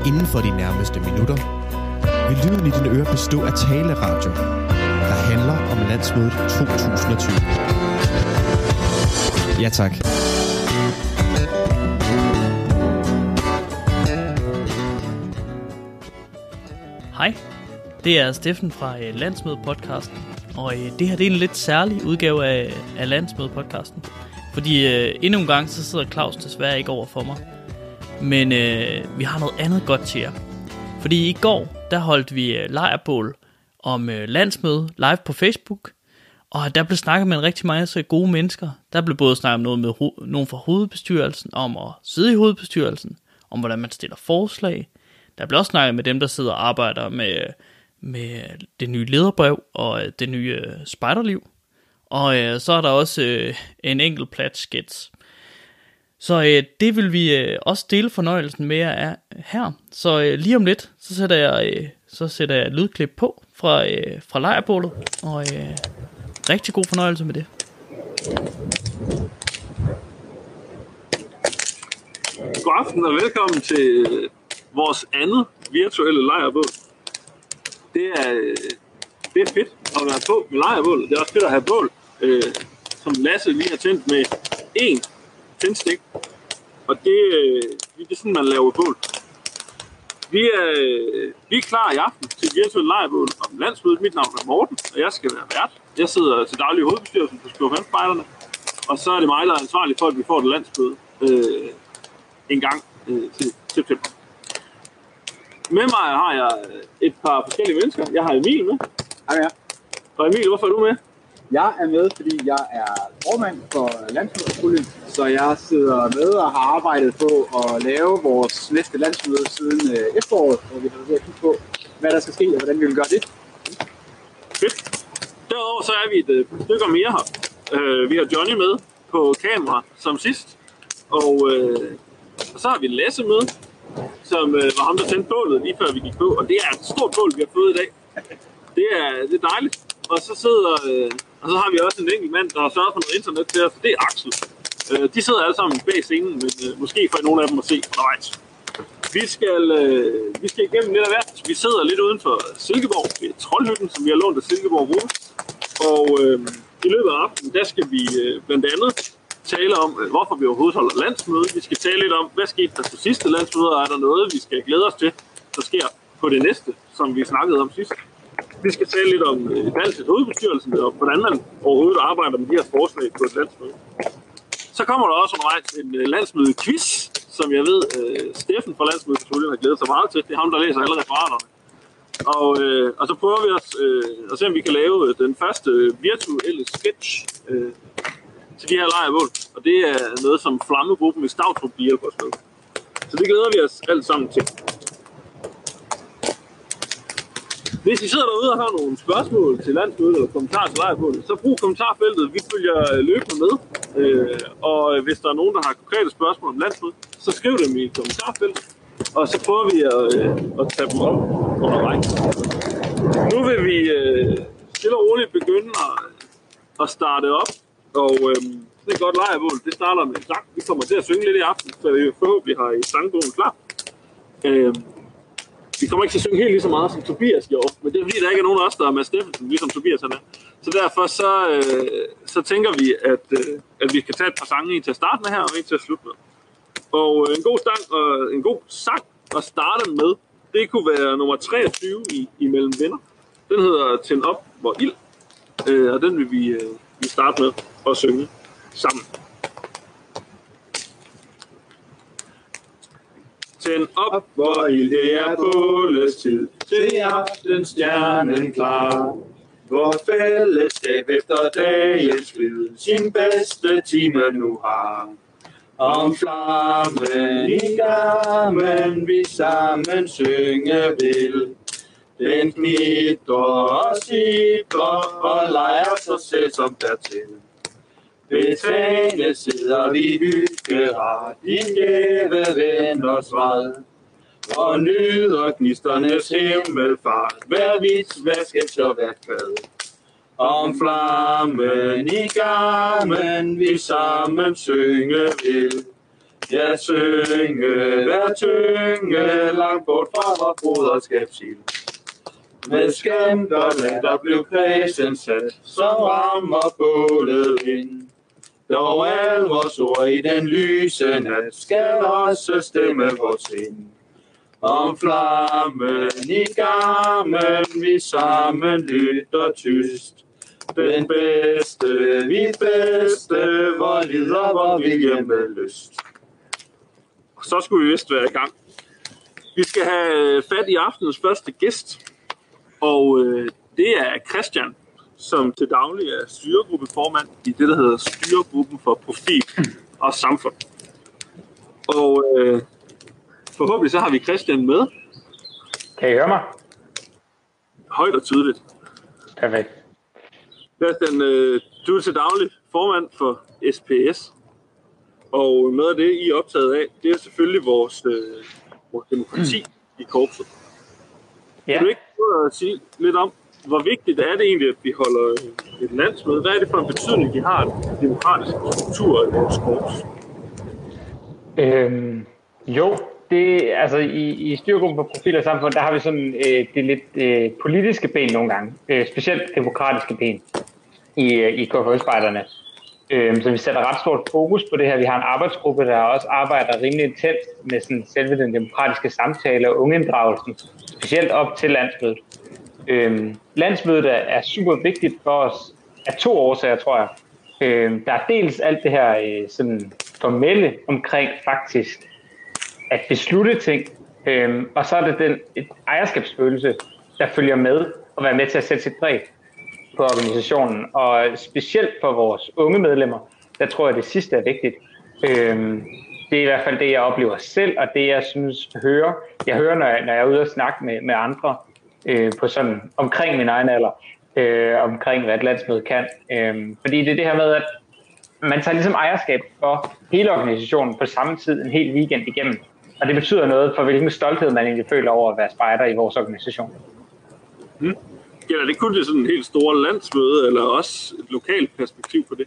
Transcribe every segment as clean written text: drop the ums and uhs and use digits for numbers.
Inden for de nærmeste minutter vil lyden i dine ører bestå af taleradio, der handler om landsmødet 2020. Ja tak. Hej, det er Steffen fra Landsmødet-podcasten, og det her det er en lidt særlig udgave af Landsmødet-podcasten, fordi endnu en gang så sidder Claus desværre ikke over for mig, men vi har noget andet godt til jer. Fordi i går, der holdt vi lejrbål om landsmødet live på Facebook, og der blev snakket med en rigtig masse gode mennesker. Der blev både snakket noget med nogen fra hovedbestyrelsen, om at sidde i hovedbestyrelsen, om hvordan man stiller forslag. Der blev også snakket med dem, der sidder og arbejder med det nye lederbrev og det nye spejderliv. Og så er der også en enkelt plat sketch. Så det vil vi også dele fornøjelsen med jer her. Så lige om lidt, så sætter jeg et lydklip på fra lejrbålet. Og rigtig god fornøjelse med det. God aften og velkommen til vores andet virtuelle lejrbål. Det er fedt at være på med lejrbålet. Det er også fedt at have bål, som Lasse lige har tændt med én tændstik. Og det er sådan, man laver bål. Vi er klar i aften til et virtuelt lejrbål om landsmødet. Mit navn er Morten, og jeg skal være vært. Jeg sidder til daglig i hovedbestyrelsen på Skrive-Spejderne. Og så er det mig, der er ansvarlig for, at vi får et landsmøde en gang til september. Med mig har jeg et par forskellige mennesker. Jeg har Emil med. Hej ja. Og Emil, hvorfor er du med? Jeg er med, fordi jeg er formand for landsmødepuljen, så jeg sidder med og har arbejdet på at lave vores næste landsmøde siden efteråret, hvor vi har været ved at kigge på, hvad der skal ske og hvordan vi vil gøre det. Fedt. Derudover så er vi et stykker mere her. Vi har Johnny med på kamera som sidst, og så har vi Lasse med, som var ham, der tændte bålet lige før vi gik på, og det er et stort bål, vi har fået i dag. Det er dejligt. Og så har vi også en enkelt mand, der har sørget for noget internet til os, det er Axel. De sidder alle sammen bag scenen, men måske får nogle af dem at se undervejs. Vi skal igennem lidt af hvert. Vi sidder lidt uden for Silkeborg, ved Troldhytten, som vi har lånt af Silkeborg Rute. Og i løbet af aftenen, der skal vi blandt andet tale om, hvorfor vi overhovedet holder landsmøde. Vi skal tale lidt om, hvad skete der på sidste landsmøde, og er der noget, vi skal glæde os til, der sker på det næste, som vi snakkede om sidst. Vi skal tale lidt om valg til hovedbestyrelsen, og hvordan man overhovedet arbejder med de her forslag på et landsmøde. Så kommer der også undervejs en landsmøde-quiz, som jeg ved, Steffen fra Landsmødepatruljen har glædet sig meget til. Det er ham, der læser alle referaterne. Og så prøver vi at se, om vi kan lave den første virtuelle sketch til de her lejrbål. Og det er noget, som Flammegruppen i Stavtrup hjælper os med. Så det glæder vi os alle sammen til. Hvis I sidder derude og har nogle spørgsmål til landsmødet eller kommentarer til lejrbålet, så brug kommentarfeltet. Vi følger løbende med. Og hvis der er nogen, der har konkrete spørgsmål om landsmødet, så skriv dem i kommentarfeltet. Og så prøver vi at tage dem op undervejs. Nu vil vi stille og roligt begynde at starte op. Og det er et godt lejrbål. Det starter med en sang. Vi kommer til at synge lidt i aften, så vi forhåbentlig har I sangbogen klar. Vi kommer ikke til at synge helt lige så meget som Tobias gjorde, men det er fordi, der ikke er nogen af os, der er med Steffensen, ligesom Tobias han er. Så derfor så tænker vi, at vi kan tage et par sange i til at starte med her, og en til at slutte med. Og en god sang at starte med, det kunne være nummer 23 i Mellem Venner. Den hedder Tænd op, hvor ild, og den vil vi starte med at synge sammen. Tænd op, hvor ild det er bålestid, til aften stjernen klar. Hvor fællesskab efter dagens flid, sin bedste time nu har. Om flammen i gammen, vi sammen synge vil. Den knitrer og sibler og leger sig selv som dertil. Betagende sidder vi hyggerat, i gæve venners red. Og nyder gnisternes himmelfart, hver vits, hver sketch og hver kvad. Om flammen i gammen, vi sammen synge vil. Ja, synge, vær tynge, langt bort fra vor broderskabsild. Med skæmt og land, der blev kredsen sat, som rammer bålet ind. Dog al vores ord i den lyse nat, skal også stemme vores sind. Om flammen i gammen, vi sammen lytter tyst. Den bedste, vi bedste, hvor lider vor vilje med lyst. Så skulle vi vist være i gang. Vi skal have fat i aftenens første gæst, og det er Christian, som til daglig er styregruppeformand i det, der hedder Styregruppen for Profil og Samfund. Og forhåbentlig så har vi Christian med. Kan I høre mig? Højt og tydeligt. Perfekt. Christian, du er til daglig formand for SPS, og noget af det, I er optaget af, det er selvfølgelig vores demokrati i korpset. Ja. Kan du ikke prøve at sige lidt om, hvor vigtigt er det egentlig, at vi holder et landsmøde? Hvad er det for en betydning, de har en demokratisk struktur i vores korps? Jo, det, altså i Styregruppen for Profil og Samfund, der har vi sådan det lidt politiske ben nogle gange, specielt demokratiske ben i KFU-spejderne. Så vi sætter ret stort fokus på det her. Vi har en arbejdsgruppe, der også arbejder rimelig intenst med sådan selve den demokratiske samtale og ungeinddragelsen, specielt op til landsmødet. Landsmødet er super vigtigt for os af 2 årsager, tror jeg. Der er dels alt det her sådan formelle omkring faktisk at beslutte ting, og så er det den ejerskabsfølelse, der følger med og være med til at sætte sit præg på organisationen. Og specielt for vores unge medlemmer, der tror jeg, det sidste er vigtigt. Det er i hvert fald det, jeg oplever selv, og det, jeg synes hører. Jeg hører, når jeg er ude og snakke med andre på sådan omkring min egen alder, omkring hvad et landsmøde kan. Fordi det er det her med, at man tager ligesom ejerskab for hele organisationen på samme tid en hel weekend igennem. Og det betyder noget for, hvilken stolthed man egentlig føler over at være spejder i vores organisation. Gælder det kun til sådan en helt stor landsmøde, eller også et lokalt perspektiv på det?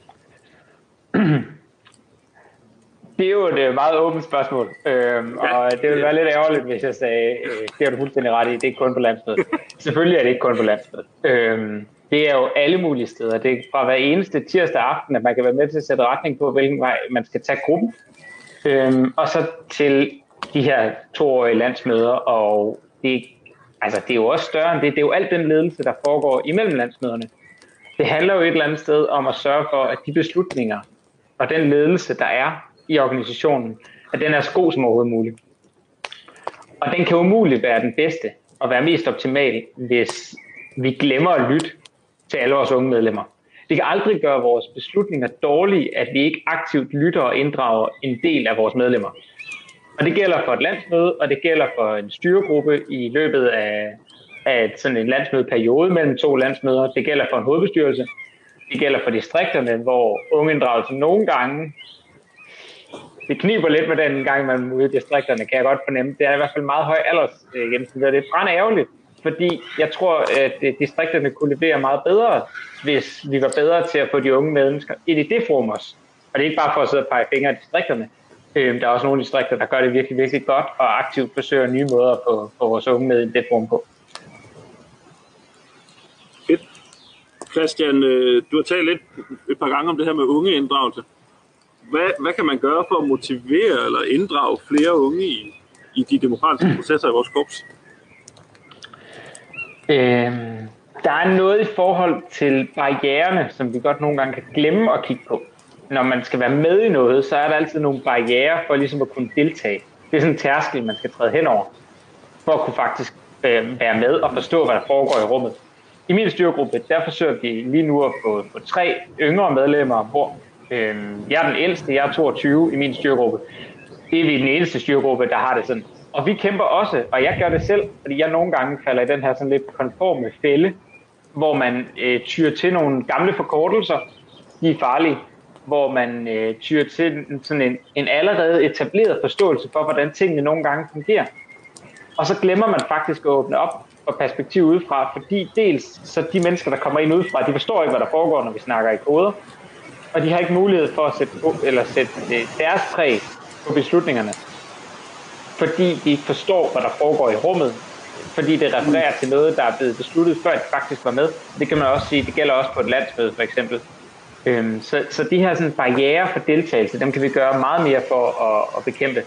Det er jo et meget åbent spørgsmål, og det ville være lidt ærgerligt, hvis jeg sagde, det er du fuldstændig ret i, det er ikke kun på landsmødet. Selvfølgelig er det ikke kun på landsmødet. Det er jo alle mulige steder. Det er fra hver eneste tirsdag aften, at man kan være med til at sætte retning på, hvilken vej man skal tage gruppen. Og så til de her 2-årige landsmøder, og det er jo også større end det. Det er jo alt den ledelse, der foregår imellem landsmøderne. Det handler jo et eller andet sted om at sørge for, at de beslutninger og den ledelse, der er i organisationen, at den er så god som overhovedet muligt. Og den kan umuligt være den bedste og være mest optimal, hvis vi glemmer at lytte til alle vores unge medlemmer. Det kan aldrig gøre vores beslutninger dårlige, at vi ikke aktivt lytter og inddrager en del af vores medlemmer. Og det gælder for et landsmøde, og det gælder for en styregruppe i løbet af sådan en landsmødeperiode mellem 2 landsmøder. Det gælder for en hovedbestyrelse. Det gælder for distrikterne, hvor ungeinddragelse nogle gange, det kniber lidt med den gang, man er ude i distrikterne, kan jeg godt fornemme. Det er i hvert fald meget høj aldersgennemsnit, og det er brænde ærgerligt, fordi jeg tror, at distrikterne kunne levere meget bedre, hvis vi var bedre til at få de unge mennesker ind i det forum også. Og det er ikke bare for at sidde og pege fingre af distrikterne. Der er også nogle distrikter, der gør det virkelig, virkelig godt og aktivt forsøger nye måder på vores unge med i det forum på. Fedt. Christian, du har talt lidt et par gange om det her med ungeinddragelse. Hvad kan man gøre for at motivere eller inddrage flere unge i de demokratiske processer i vores korps? Der er noget i forhold til barriererne, som vi godt nogle gange kan glemme at kigge på. Når man skal være med i noget, så er der altid nogle barrierer for ligesom at kunne deltage. Det er sådan en tærskel, man skal træde henover, for at kunne faktisk være med og forstå, hvad der foregår i rummet. I min styregruppe, der forsøger vi lige nu at få 3 yngre medlemmer, hvor jeg er den ældste, jeg er 22 i min styregruppe. Det er vi den eneste styregruppe, der har det sådan. Og vi kæmper også, og jeg gør det selv, fordi jeg nogle gange falder i den her sådan lidt konforme fælde, hvor man tyrer til nogle gamle forkortelser, de er farlige, hvor man tyrer til sådan en allerede etableret forståelse for, hvordan tingene nogle gange fungerer. Og så glemmer man faktisk at åbne op for perspektiv udefra, fordi dels så de mennesker, der kommer ind udefra, de forstår ikke, hvad der foregår, når vi snakker i koder, og de har ikke mulighed for at sætte deres præg på beslutningerne, fordi de ikke forstår, hvad der foregår i rummet, fordi det refererer til noget, der er blevet besluttet, før de faktisk var med. Det kan man også sige, det gælder også på et landsmøde for eksempel. Så de her sådan barrierer for deltagelse, dem kan vi gøre meget mere for at bekæmpe.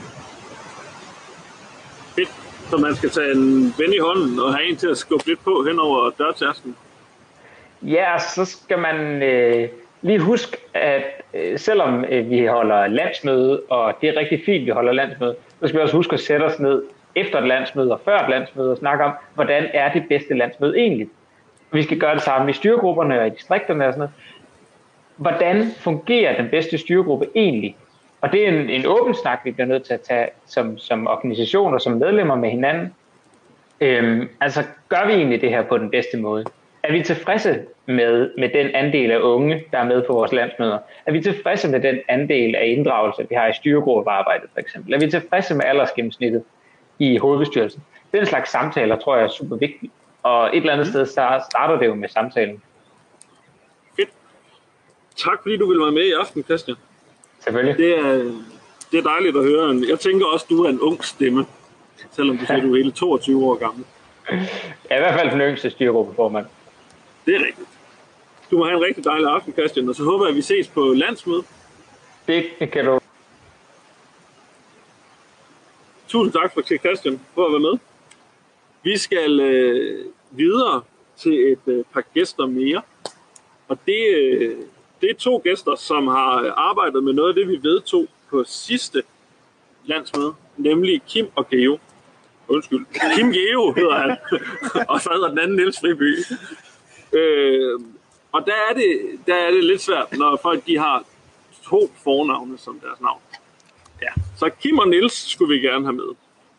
Fedt. Så man skal tage en ven i hånden og have en til at skubbe lidt på hen over dørtærsken. Ja, så skal man lige huske, at selvom vi holder landsmøde, og det er rigtig fint, vi holder landsmøde, så skal vi også huske at sætte os ned efter et landsmøde og før et landsmøde og snakke om, hvordan er det bedste landsmøde egentlig. Vi skal gøre det samme i styregrupperne og i distrikterne og sådan noget. Hvordan fungerer den bedste styregruppe egentlig? Og det er en åben snak, vi bliver nødt til at tage som organisation og som medlemmer med hinanden. Altså, gør vi egentlig det her på den bedste måde? Er vi tilfredse med den andel af unge, der er med på vores landsmøder? Er vi tilfredse med den andel af inddragelse, vi har i styregruppearbejdet for eksempel? Er vi tilfredse med aldersgennemsnittet i hovedbestyrelsen? Den slags samtaler tror jeg er super vigtigt. Og et eller andet sted starter det jo med samtalen. Fedt. Tak fordi du vil være med i aften, Christian. Selvfølgelig. Det er dejligt at høre. Jeg tænker også, du er en ung stemme, selvom du siger, du er hele 22 år gammel. Jeg er i hvert fald den yngste styregruppeformand. Det er rigtigt. Du må have en rigtig dejlig aften, Christian, og så håber jeg, at vi ses på landsmødet. Det kan du. Tusind tak for Christian for at være med. Vi skal videre til et par gæster mere. Og det er 2 gæster, som har arbejdet med noget af det, vi vedtog på sidste landsmøde, nemlig Kim og Geo. Undskyld. Kim Geo hedder han. Og så hedder den anden Niels Friby. Og der er det lidt svært, når folk de har 2 fornavne som deres navn. Ja. Så Kim og Niels skulle vi gerne have med.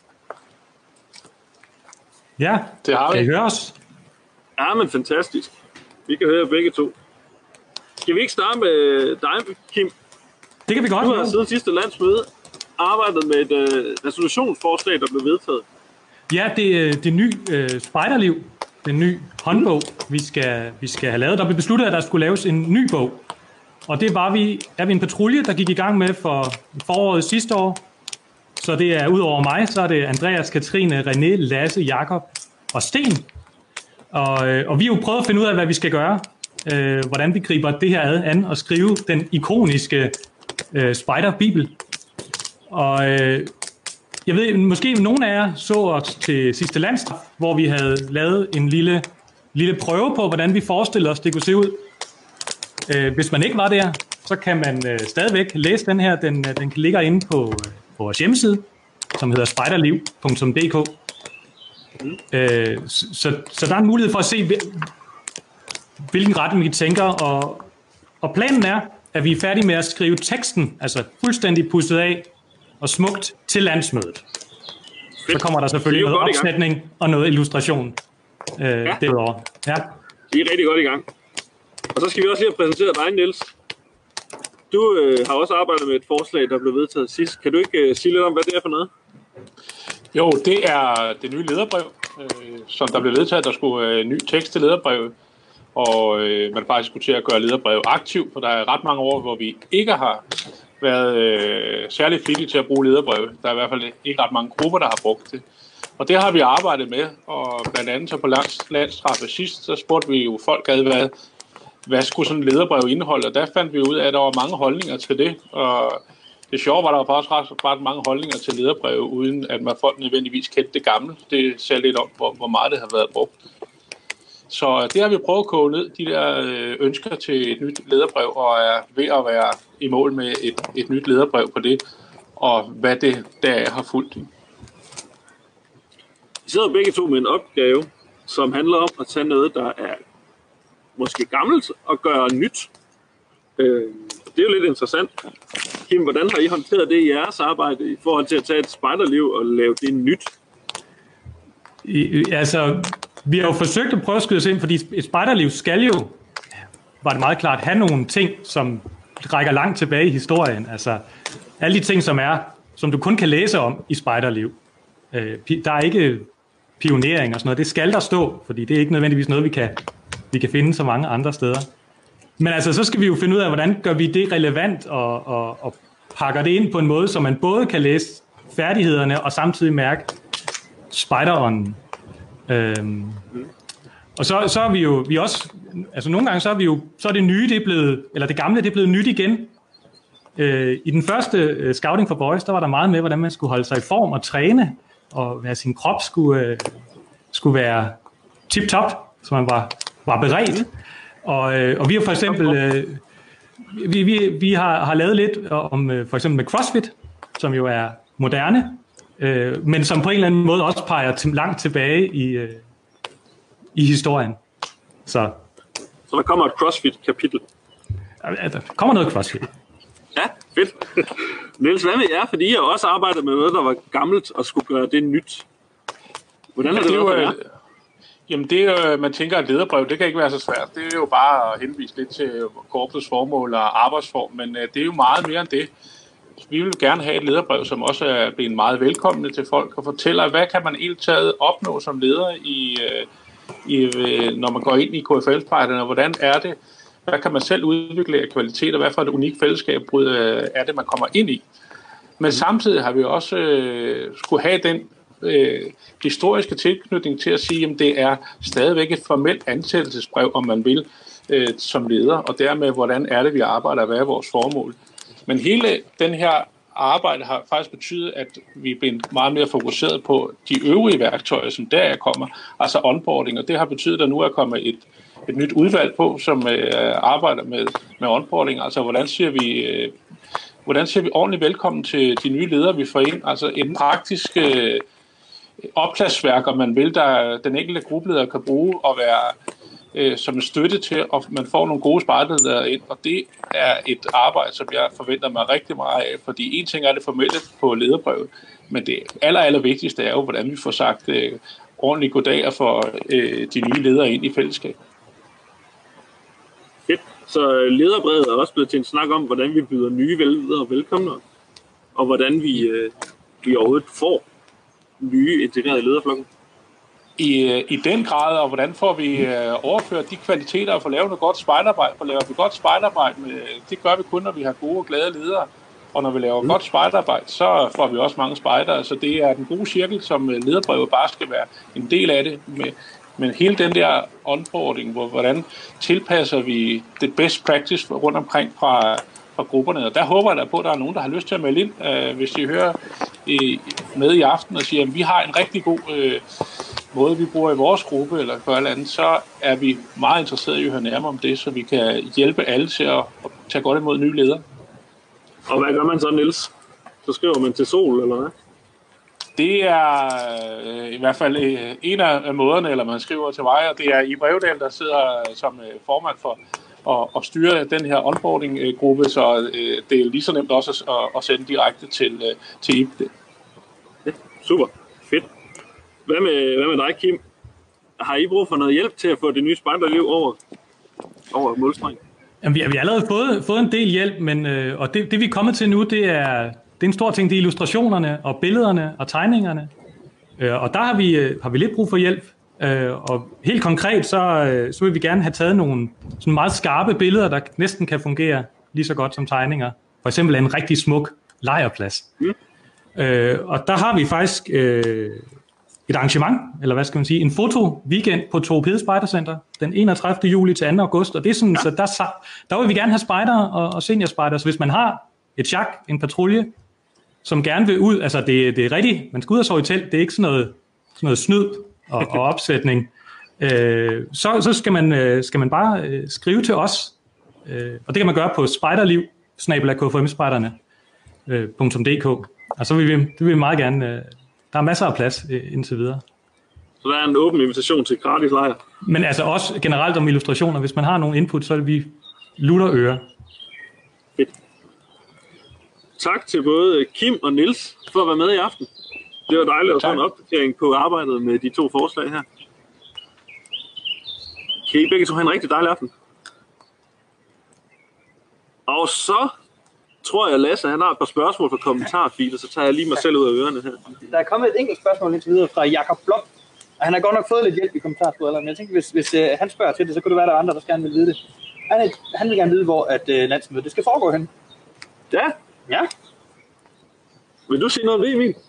Ja, det har vi. Kan I høre os? Ja, men fantastisk. Vi kan høre begge 2. Skal vi ikke starte med dig, Kim? Det kan vi godt. Du har siden sidste landsmøde arbejdet med et resolutionsforslag, der blev vedtaget. Ja, det nye spejderliv, den nye håndbog, vi skal have lavet. Der blev besluttet, at der skulle laves en ny bog. Og det er vi en patrulje, der gik i gang med for foråret sidste år. Så det er ud over mig, så er det Andreas, Katrine, René, Lasse, Jakob og Sten. Og vi har jo prøvet at finde ud af, hvad vi skal gøre. Hvordan vi griber det her an og skrive den ikoniske spejderbibel. Og jeg ved, måske nogen af jer så os til sidste landstræf, hvor vi havde lavet en lille prøve på, hvordan vi forestiller os, det kunne se ud. Hvis man ikke var der, så kan man stadigvæk læse den her. Den ligger inde på vores hjemmeside, som hedder spejderliv.dk. Så der er en mulighed for at se, hvilken retning vi tænker. Og planen er, at vi er færdige med at skrive teksten, altså fuldstændig pusset af og smukt til landsmødet. Så kommer der selvfølgelig noget opsætning og noget illustration derudover. Ja. Vi er rigtig godt i gang. Og så skal vi også lige have præsenteret dig, Niels. Du har også arbejdet med et forslag, der blev vedtaget sidst. Kan du ikke sige lidt om, hvad det er for noget? Jo, det er det nye lederbrev, som der blev vedtaget. Der skulle ny tekst til lederbrevet, og man faktisk skulle til at gøre lederbrev aktiv, for der er ret mange år, hvor vi ikke har været særlig flittige til at bruge lederbrev. Der er i hvert fald ikke ret mange grupper, der har brugt det. Og det har vi arbejdet med, og blandt andet så på landstræffet sidst, så spurgte vi jo folk hvad skulle sådan en lederbrev indeholde, og der fandt vi ud af, at der var mange holdninger til det, og det sjove var, at der var faktisk ret mange holdninger til lederbrev, uden at man folk nødvendigvis kendte det gamle. Det ser lidt om, hvor meget det har været brugt. Så det har vi prøvet at koge ned, de der ønsker til et nyt lederbrev, og er ved at være i mål med et nyt lederbrev på det, og hvad det der har fulgt. Vi sidder begge 2 med en opgave, som handler om at tage noget, der er måske gammelt, og gøre nyt. Det er jo lidt interessant. Kim, hvordan har I håndteret det i jeres arbejde i forhold til at tage et spejderliv og lave det nyt? Altså, vi har jo forsøgt at prøve at skyde os ind, fordi et spejderliv skal jo, var det meget klart, have nogle ting, som rækker langt tilbage i historien. Altså, alle de ting, som du kun kan læse om i spejderliv. Der er ikke pionering og sådan noget. Det skal der stå, fordi det er ikke nødvendigvis noget, vi kan finde så mange andre steder. Men altså, så skal vi jo finde ud af, hvordan gør vi det relevant og pakker det ind på en måde, så man både kan læse færdighederne og samtidig mærke spejderånden. Og så er vi også, altså nogle gange så er det nye, det er blevet, eller det gamle, det er blevet nyt igen. I den første Scouting for Boys, der var der meget med, hvordan man skulle holde sig i form og træne, og hvad sin krop skulle være tip-top, så man var beredt. Og vi har for eksempel, vi har lavet lidt om for eksempel med CrossFit, som jo er moderne, men som på en eller anden måde også peger langt tilbage i historien. Så der kommer et CrossFit-kapitel. Der kommer noget CrossFit. Ja, fedt. Niels, hvad med jer? Fordi I har også arbejdet med noget, der var gammelt og skulle gøre det nyt. Hvordan er det været for jer? Jamen det er man tænker, at lederbrev, det kan ikke være så svært. Det er jo bare at henvise lidt til korpsets formål og arbejdsform, men det er jo meget mere end det. Vi vil gerne have et lederbrev, som også er blevet meget velkommende til folk og fortæller, hvad kan man egentlig taget opnå som leder når man går ind i KFL-spejderne, og hvordan er det, hvad kan man selv udvikle af kvalitet, og hvad for et unikt fællesskab er det, man kommer ind i. Men samtidig har vi også skulle have den historiske tilknytning til at sige, at det er stadigvæk et formelt ansættelsesbrev, om man vil, som leder, og dermed, hvordan er det, vi arbejder, hvad er vores formål. Men hele den her arbejde har faktisk betydet, at vi er blevet meget mere fokuseret på de øvrige værktøjer, som der kommer, altså onboarding, og det har betydet, at der nu er kommet et nyt udvalg på, som arbejder med onboarding, altså hvordan siger vi ordentligt velkommen til de nye ledere, vi får ind, altså en praktisk opslagsværk, om man vil, der den enkelte gruppeleder kan bruge og være som en støtte til, at man får nogle gode spejderledere ind, og det er et arbejde, som jeg forventer mig rigtig meget af, fordi en ting er det formelle på lederbrevet, men det aller vigtigste er jo, hvordan vi får sagt ordentligt goddag og får de nye ledere ind i fællesskab. Fedt. Så lederbrevet er også blevet til en snak om, hvordan vi byder nye ledere velkomne, og hvordan vi overhovedet får nye integrerede lederflokken. I den grad, og hvordan får vi overført de kvaliteter og får lavet noget godt spejderarbejde. For laver vi godt spejderarbejde, det gør vi kun, når vi har gode og glade ledere. Og når vi laver godt spejderarbejde, så får vi også mange spejdere. Så det er den gode cirkel, som lederbrevet bare skal være en del af det. Men hele den der onboarding, hvordan tilpasser vi det best practice rundt omkring fra grupperne. Og der håber jeg på, at der er nogen, der har lyst til at melde ind, hvis de hører med i aften og siger, at vi har en rigtig god måde, vi bruger i vores gruppe eller for alt andet, så er vi meget interesserede i at høre nærmere om det, så vi kan hjælpe alle til at tage godt imod nye ledere. Og hvad gør man så, Niels? Så skriver man til Sol, eller hvad? Det er i hvert fald en af måderne, eller man skriver til mig, og det er i Brevdal, der sidder som formand for og styre den her onboarding-gruppe, så det er lige så nemt også at sende direkte til IP. Ja, super. Fedt. Hvad med dig, Kim? Har I brug for noget hjælp til at få det nye spejderliv over målstreng? Jamen, vi har allerede fået en del hjælp, men og det vi er kommet til nu, det er en stor ting, det er illustrationerne og billederne og tegningerne. Og der har vi lidt brug for hjælp. Og helt konkret, så vil vi gerne have taget nogle sådan meget skarpe billeder, der næsten kan fungere lige så godt som tegninger. For eksempel en rigtig smuk lejrplads. Og der har vi faktisk et arrangement, eller hvad skal man sige, en foto-weekend på Torup Hede Spejdercenter den 31. juli til 2. august. Og det er sådan, så der vil vi gerne have spejdere og seniorspejder. Så hvis man har et chak, en patrulje, som gerne vil ud, altså det er rigtigt, man skal ud og sove i telt, det er ikke sådan noget snyd og opsætning, så skal man bare skrive til os, og det kan man gøre på spejderliv@kfmspejderne.dk, og så vil vi meget gerne, der er masser af plads indtil videre. Så der er en åben invitation til gratis lejr. Men altså også generelt om illustrationer, hvis man har nogle input, så er vi lutter øre. Fedt. Tak til både Kim og Niels for at være med i aften. Det var dejligt at få en opdatering på arbejdet med de 2 forslag her. Kan I begge to have en rigtig dejlig aften? Og så tror jeg, Lasse han har et par spørgsmål fra kommentarfiler, så tager jeg lige mig selv ud af ørerne her. Der er kommet et enkelt spørgsmål indtil videre fra Jakob Blok. Og han har godt nok fået lidt hjælp i kommentarsporet, men jeg tænker, hvis han spørger til det, så kunne det være, der er andre, der gerne vil vide det. Han vil gerne vide, hvor at landsmødet det skal foregå hen. Ja. Ja. Vil du sige noget om det, Emil?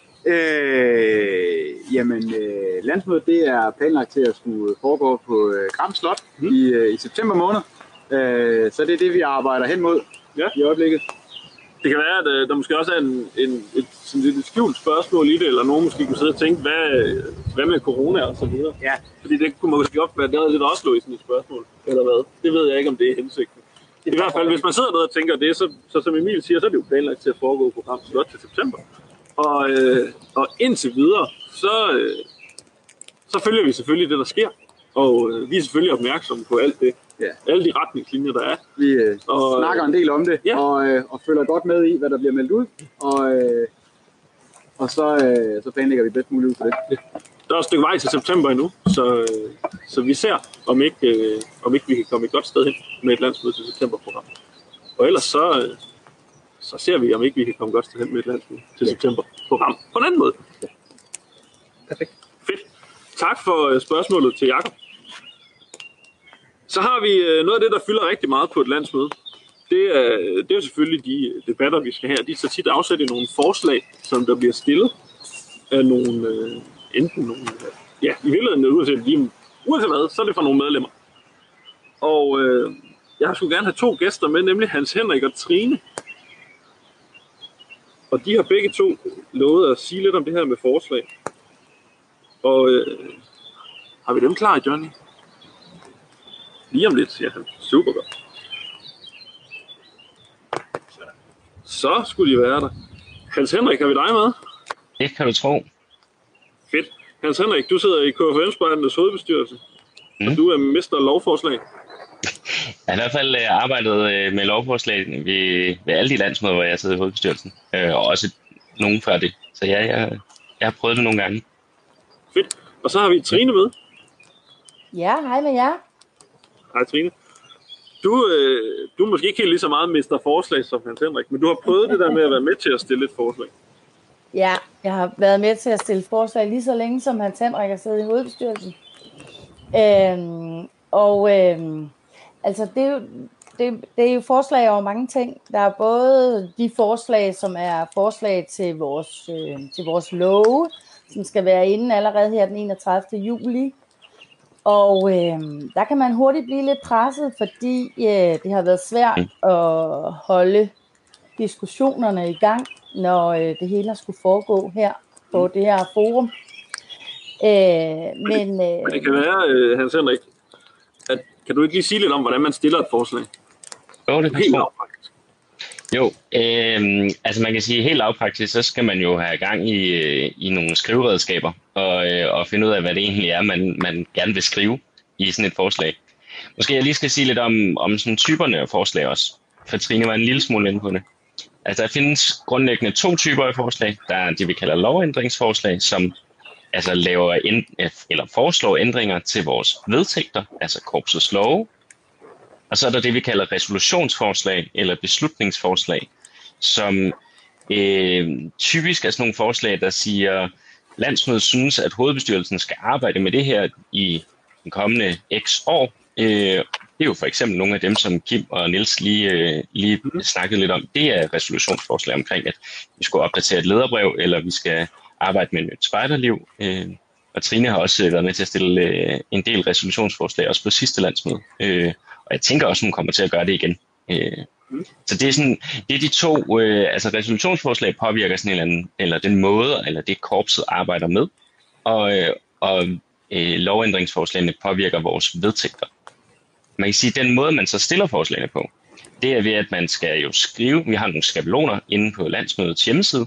Landsmødet det er planlagt til at skulle foregå på Gram Slot i september måned. Så det er det, vi arbejder hen mod i øjeblikket. Det kan være, at der måske også er et sådan lidt skjult spørgsmål i det, eller nogen måske kunne sidde og tænke, hvad med corona og så videre. Ja. Fordi det kunne måske godt være, det lidt også lå i sådan et spørgsmål, eller hvad. Det ved jeg ikke, om det er hensigten. I hvert fald, hvis man sidder der og tænker det, så som Emil siger, så er det jo planlagt til at foregå på Gram Slot til september. Og indtil videre, så følger vi selvfølgelig det, der sker. Og vi er selvfølgelig opmærksomme på alt det. Ja. Alle de retningslinjer, der er. Vi snakker en del om det, og følger godt med i, hvad der bliver meldt ud. Og så planlægger vi bedst muligt ud for det. Ja. Der er et stykke vej til september endnu, så vi ser, om ikke vi kan komme et godt sted hen med et landsmøde til september-program. Og ellers så ser vi, om ikke vi kan komme godt sted hen med et landsmøde til september-program på en anden måde. Ja. Perfekt. Fedt. Tak for spørgsmålet til Jakob. Så har vi noget af det, der fylder rigtig meget på et landsmøde. Det er jo selvfølgelig de debatter, vi skal have. De er så tit afsat i nogle forslag, som der bliver stillet af nogle, enten nogle, i virkeligheden uanset hvad, så er det fra nogle medlemmer. Og jeg skulle gerne have 2 gæster med, nemlig Hans Henrik og Trine. Og de har begge to lovet at sige lidt om det her med forslag. Og har vi dem klar, Johnny? Lige om lidt, siger han. Super godt. Så skulle de være der. Hans Henrik, har vi dig med? Det kan du tro. Fedt. Hans Henrik, du sidder i KFM-spejdernes hovedbestyrelse. Og du er mester lovforslag. Jeg har i hvert fald arbejdet med lovforslag ved alle de landsmøder, hvor jeg sidder i hovedbestyrelsen. Og også nogen før det. Så jeg har prøvet det nogle gange. Fedt. Og så har vi Trine med. Ja, hej med jer. Hej Trine. Du er måske ikke helt lige så meget mester forslag som Hans Henrik, men du har prøvet det der med at være med til at stille et forslag. Ja, jeg har været med til at stille forslag lige så længe som Hans Henrik har siddet i hovedbestyrelsen. Altså det er jo forslag over mange ting. Der er både de forslag, som er forslag til vores love, som skal være inde allerede her den 31. juli. Og der kan man hurtigt blive lidt presset, fordi det har været svært at holde diskussionerne i gang, når det hele har skulle foregå her på det her forum. Men det kan være, Hans Henrik, kan du ikke lige sige lidt om, hvordan man stiller et forslag? Jo, det kan jeg. Jo, altså man kan sige, helt lavpraktisk, så skal man jo have gang i nogle skriveredskaber og finde ud af, hvad det egentlig er, man gerne vil skrive i sådan et forslag. Måske jeg lige skal sige lidt om sådan typerne af forslag også, for Trine var en lille smule inde på det. Altså der findes grundlæggende 2 typer af forslag. Der er det, vi kalder lovændringsforslag, som altså laver foreslår ændringer til vores vedtægter, altså korpsets love. Og så er der det, vi kalder resolutionsforslag eller beslutningsforslag, som typisk er sådan nogle forslag, der siger, landsmødet synes, at hovedbestyrelsen skal arbejde med det her i den kommende x år. Det er jo for eksempel nogle af dem, som Kim og Niels lige snakkede lidt om. Det er resolutionsforslag omkring, at vi skal opdatere et lederbrev, eller vi skal arbejde med et nyt spejderliv. Og Trine har også været med til at stille en del resolutionsforslag, også på sidste landsmøde. Og jeg tænker også, hun kommer til at gøre det igen. Så det er de 2, altså resolutionsforslag påvirker sådan en eller anden, eller den måde, eller det korpset arbejder med, og lovændringsforslagene påvirker vores vedtægter. Man kan sige, at den måde, man så stiller forslagene på, det er ved, at man skal jo skrive, vi har nogle skabeloner inde på landsmødets hjemmeside,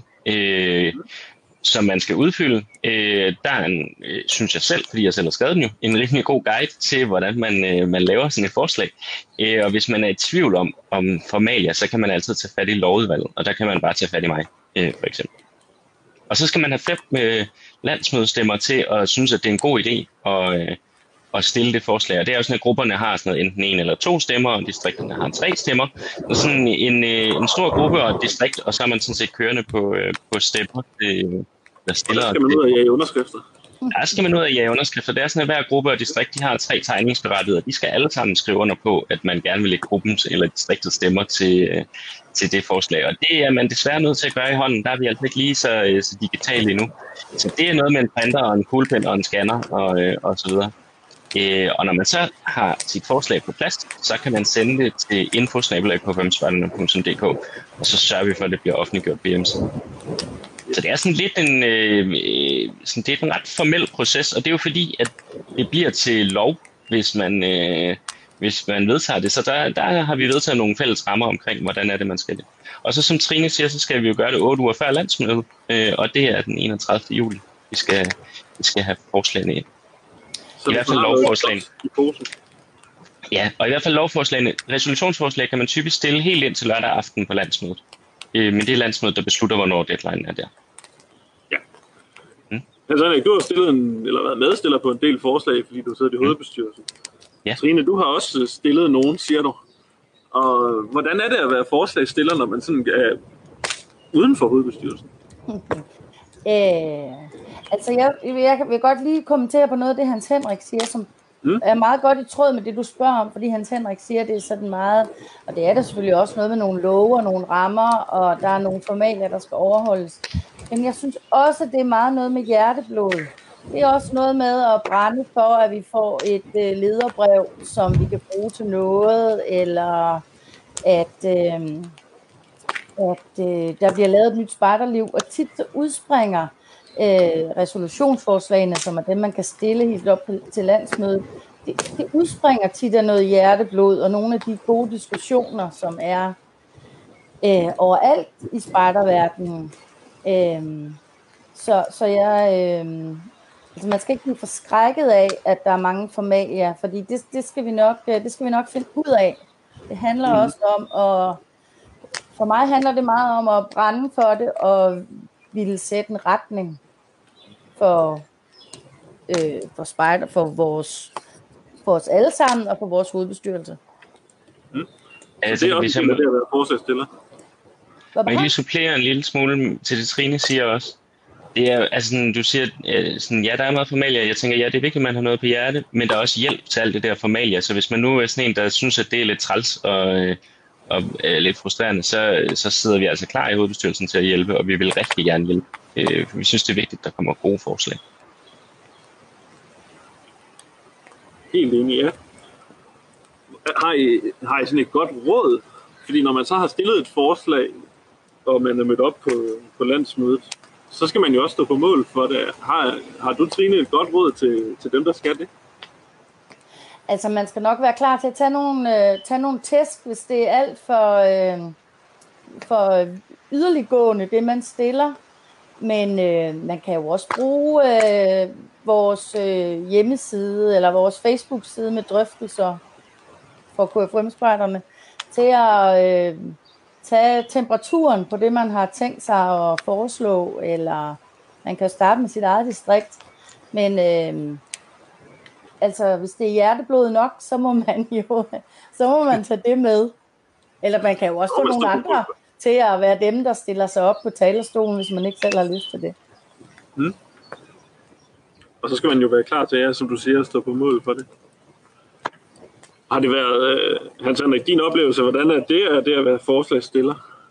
som man skal udfylde. Der er synes jeg selv, fordi jeg selv har skrevet den jo, en rigtig god guide til, hvordan man laver sådan et forslag. Og hvis man er i tvivl om formalia, så kan man altid tage fat i lovudvalget, og der kan man bare tage fat i mig, for eksempel. Og så skal man have 5 landsmødestemmer til at synes, at det er en god idé at stille det forslag. Og det er jo sådan, at grupperne har sådan noget, enten 1 eller 2 stemmer, og distrikterne har 3 stemmer. Og sådan en stor gruppe og et distrikt, og så er man sådan set kørende på stemmer. Der skal man ud af i underskrifter? Der skal man ud af jage underskrifter. Det er sådan, at hver gruppe og distrikt, de har 3 tegningsberettigede. De skal alle sammen skrive under på, at man gerne vil lægge gruppens eller distriktets stemmer til det forslag. Og det er man desværre nødt til at gøre i hånden. Der er vi altså ikke lige så digitale endnu. Så det er noget med en printer og en kuglepen og en scanner og så videre. Og når man så har sit forslag på plads, så kan man sende det til info@kfmspejderne.dk, og så sørger vi for, at det bliver offentliggjort på hjemmesiden. Så det er sådan lidt det er en ret formel proces, og det er jo fordi, at det bliver til lov, hvis man vedtager det. Så der har vi vedtaget nogle fælles rammer omkring, hvordan er det, man skal det. Og så som Trine siger, så skal vi jo gøre det 8 uger før landsmødet, og det er den 31. juli, vi skal have forslagene ind. I hvert fald lovforslagene. Ja, og i hvert fald lovforslagene. Resolutionsforslag kan man typisk stille helt ind til lørdag aften på landsmødet. Men det er landsmødet, der beslutter, hvornår deadline er der. Ja. Altså, du har stillet været medstiller på en del forslag, fordi du sidder i hovedbestyrelsen. Ja. Trine, du har også stillet nogen, siger du. Og hvordan er det at være forslagsstiller, når man sådan er uden for hovedbestyrelsen? Altså, jeg vil godt lige kommentere på noget af det, Hans Henrik siger, som er meget godt i tråd med det, du spørger om, fordi Hans Henrik siger, det er sådan meget, og det er der selvfølgelig også noget med nogle love og nogle rammer, og der er nogle formalier, der skal overholdes. Men jeg synes også, at det er meget noget med hjerteblod. Det er også noget med at brænde for, at vi får et lederbrev, som vi kan bruge til noget, eller at der bliver lavet et nyt spejderliv, og tit udspringer resolutionsforslagene, som er dem, man kan stille helt op til landsmødet, det udspringer tit af noget hjerteblod, og nogle af de gode diskussioner, som er overalt i spejderverdenen. Så jeg... altså man skal ikke blive forskrækket af, at der er mange formalier, fordi det skal vi nok finde ud af. Det handler også om for mig handler det meget om at brænde for det og ville sætte en retning for spejder, for os alle sammen og for vores hovedbestyrelse. Altså, det er også det at være forslagsstiller. Man kan lige supplere en lille smule til det, Trine siger også. Det er, altså sådan, du siger, sådan, ja, der er meget formalier. Jeg tænker, ja, det er vigtigt, at man har noget på hjerte, men der er også hjælp til alt det der formalier. Så hvis man nu er sådan en, der synes, at det er lidt træls og lidt frustrerende, så sidder vi altså klar i hovedbestyrelsen til at hjælpe, og vi vil rigtig gerne hjælpe. Vi synes, det er vigtigt, at der kommer gode forslag. Helt enig, ja. Har I sådan et godt råd? Fordi når man så har stillet et forslag, og man er mødt op på landsmødet, så skal man jo også stå på mål for det. Har du, Trine, et godt råd til dem, der skal det? Altså, man skal nok være klar til at tage nogle tæsk, hvis det er alt for yderliggående, det man stiller. Men man kan jo også bruge vores hjemmeside eller vores Facebook-side med drøftelser for KFUM-spejderne til at tage temperaturen på det, man har tænkt sig at foreslå, eller man kan starte med sit eget distrikt. Men altså, hvis det er hjerteblod nok, så må man tage det med. Eller man kan jo også få nogle andre til at være dem, der stiller sig op på talerstolen, hvis man ikke selv har lyst til det. Og så skal man jo være klar til, som du siger, at stå på mål for det. Har det været, Hans Henrik, din oplevelse, hvordan er det at være forslagsstiller?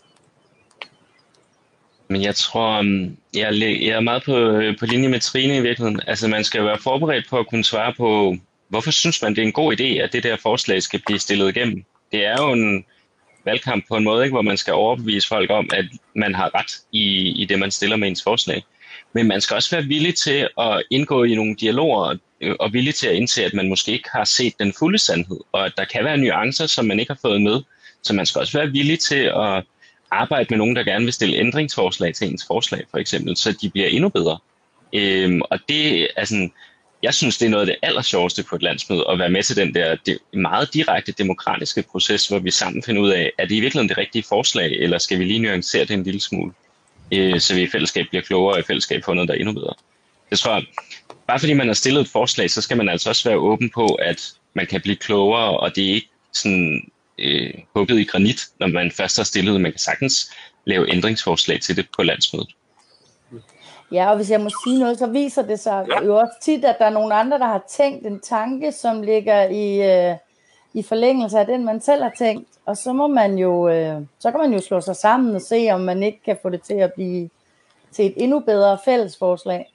Men jeg tror, jeg er meget på linje med Trine i virkeligheden. Altså man skal være forberedt på at kunne svare på, hvorfor synes man, det er en god idé, at det der forslag skal blive stillet igennem. Det er jo en valgkamp på en måde, ikke, hvor man skal overbevise folk om, at man har ret i det, man stiller med ens forslag. Men man skal også være villig til at indgå i nogle dialoger, og villig til at indse, at man måske ikke har set den fulde sandhed, og at der kan være nuancer, som man ikke har fået med. Så man skal også være villig til at arbejde med nogen, der gerne vil stille ændringsforslag til ens forslag, for eksempel, så de bliver endnu bedre. Og det, altså, jeg synes, det er noget af det allersjoveste på et landsmøde, at være med til den der meget direkte demokratiske proces, hvor vi sammen finder ud af, er det i virkeligheden det rigtige forslag, eller skal vi lige nuancere det en lille smule, så vi i fællesskab bliver klogere, og i fællesskab får noget, der er endnu bedre. Jeg tror, bare fordi man har stillet et forslag, så skal man altså også være åben på, at man kan blive klogere, og det er ikke sådan hugget i granit, når man først har stillet. Man kan sagtens lave ændringsforslag til det på landsmødet. Ja, og hvis jeg må sige noget, så viser det sig jo også tit, at der er nogle andre, der har tænkt en tanke, som ligger i forlængelse af den, man selv har tænkt. Og så må man jo, så kan man jo slå sig sammen og se, om man ikke kan få det til at blive til et endnu bedre fællesforslag.